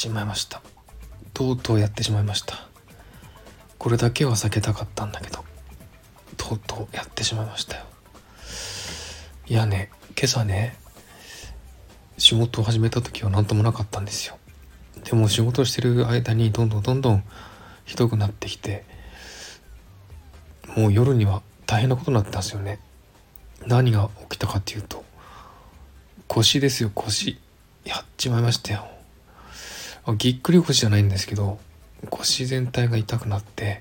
しまいました。とうとうやってしまいました。これだけは避けたかったんだけど、とうとうやってしまいましたよ。いやね、今朝ね、仕事を始めた時は何ともなかったんですよ。でも仕事してる間にどんどんひどくなってきて、もう夜には大変なことになってたんですよね。何が起きたかっていうと、腰ですよ。腰やっちまいましたよ。ぎっくり腰じゃないんですけど、腰全体が痛くなって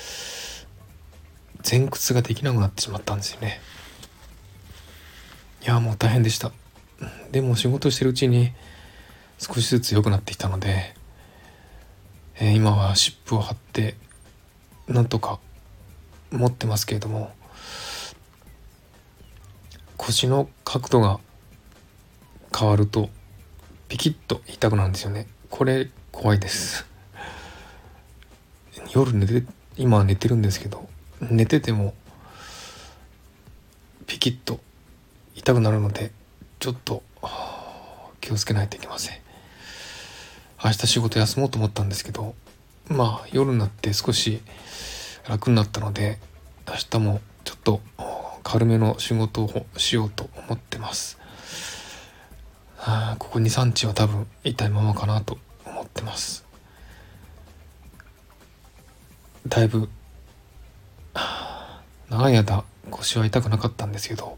前屈ができなくなってしまったんですよね。いやもう大変でした。でも仕事してるうちに少しずつ良くなってきたので、今は湿布を貼ってなんとか持ってますけれども、腰の角度が変わるとピキッと痛くなるんですよね。これ怖いです。今寝てるんですけど、寝ててもピキッと痛くなるので、ちょっと気をつけないといけません。明日仕事休もうと思ったんですけど、夜になって少し楽になったので、明日もちょっと軽めの仕事をしようと思ってます。ここ 2,3 日は多分痛いままかなと思ってます。だいぶ長い間腰は痛くなかったんですけど、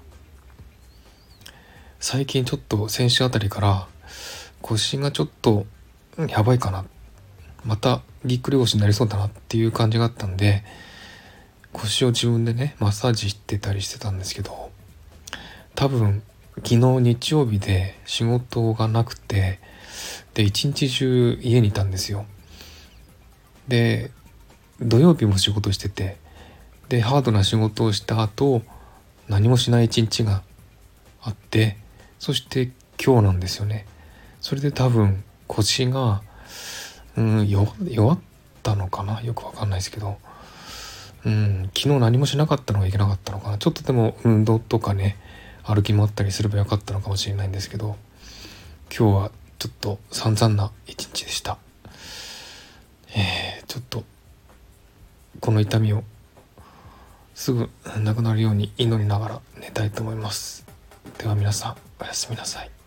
最近ちょっと先週あたりから腰がちょっとやばいかな、またぎっくり腰になりそうだなっていう感じがあったんで、腰を自分でねマッサージしてたりしてたんですけど、多分昨日日曜日で仕事がなくて、で一日中家にいたんですよ。で土曜日も仕事してて、でハードな仕事をした後何もしない一日があって、そして今日なんですよね。それで多分腰が弱ったのかな、よくわかんないですけど、昨日何もしなかったのがいけなかったのかな。ちょっとでも運動とかね、歩き回ったりすればよかったのかもしれないんですけど、今日はちょっと散々な一日でした。ちょっとこの痛みをすぐなくなるように祈りながら寝たいと思います。では皆さんおやすみなさい。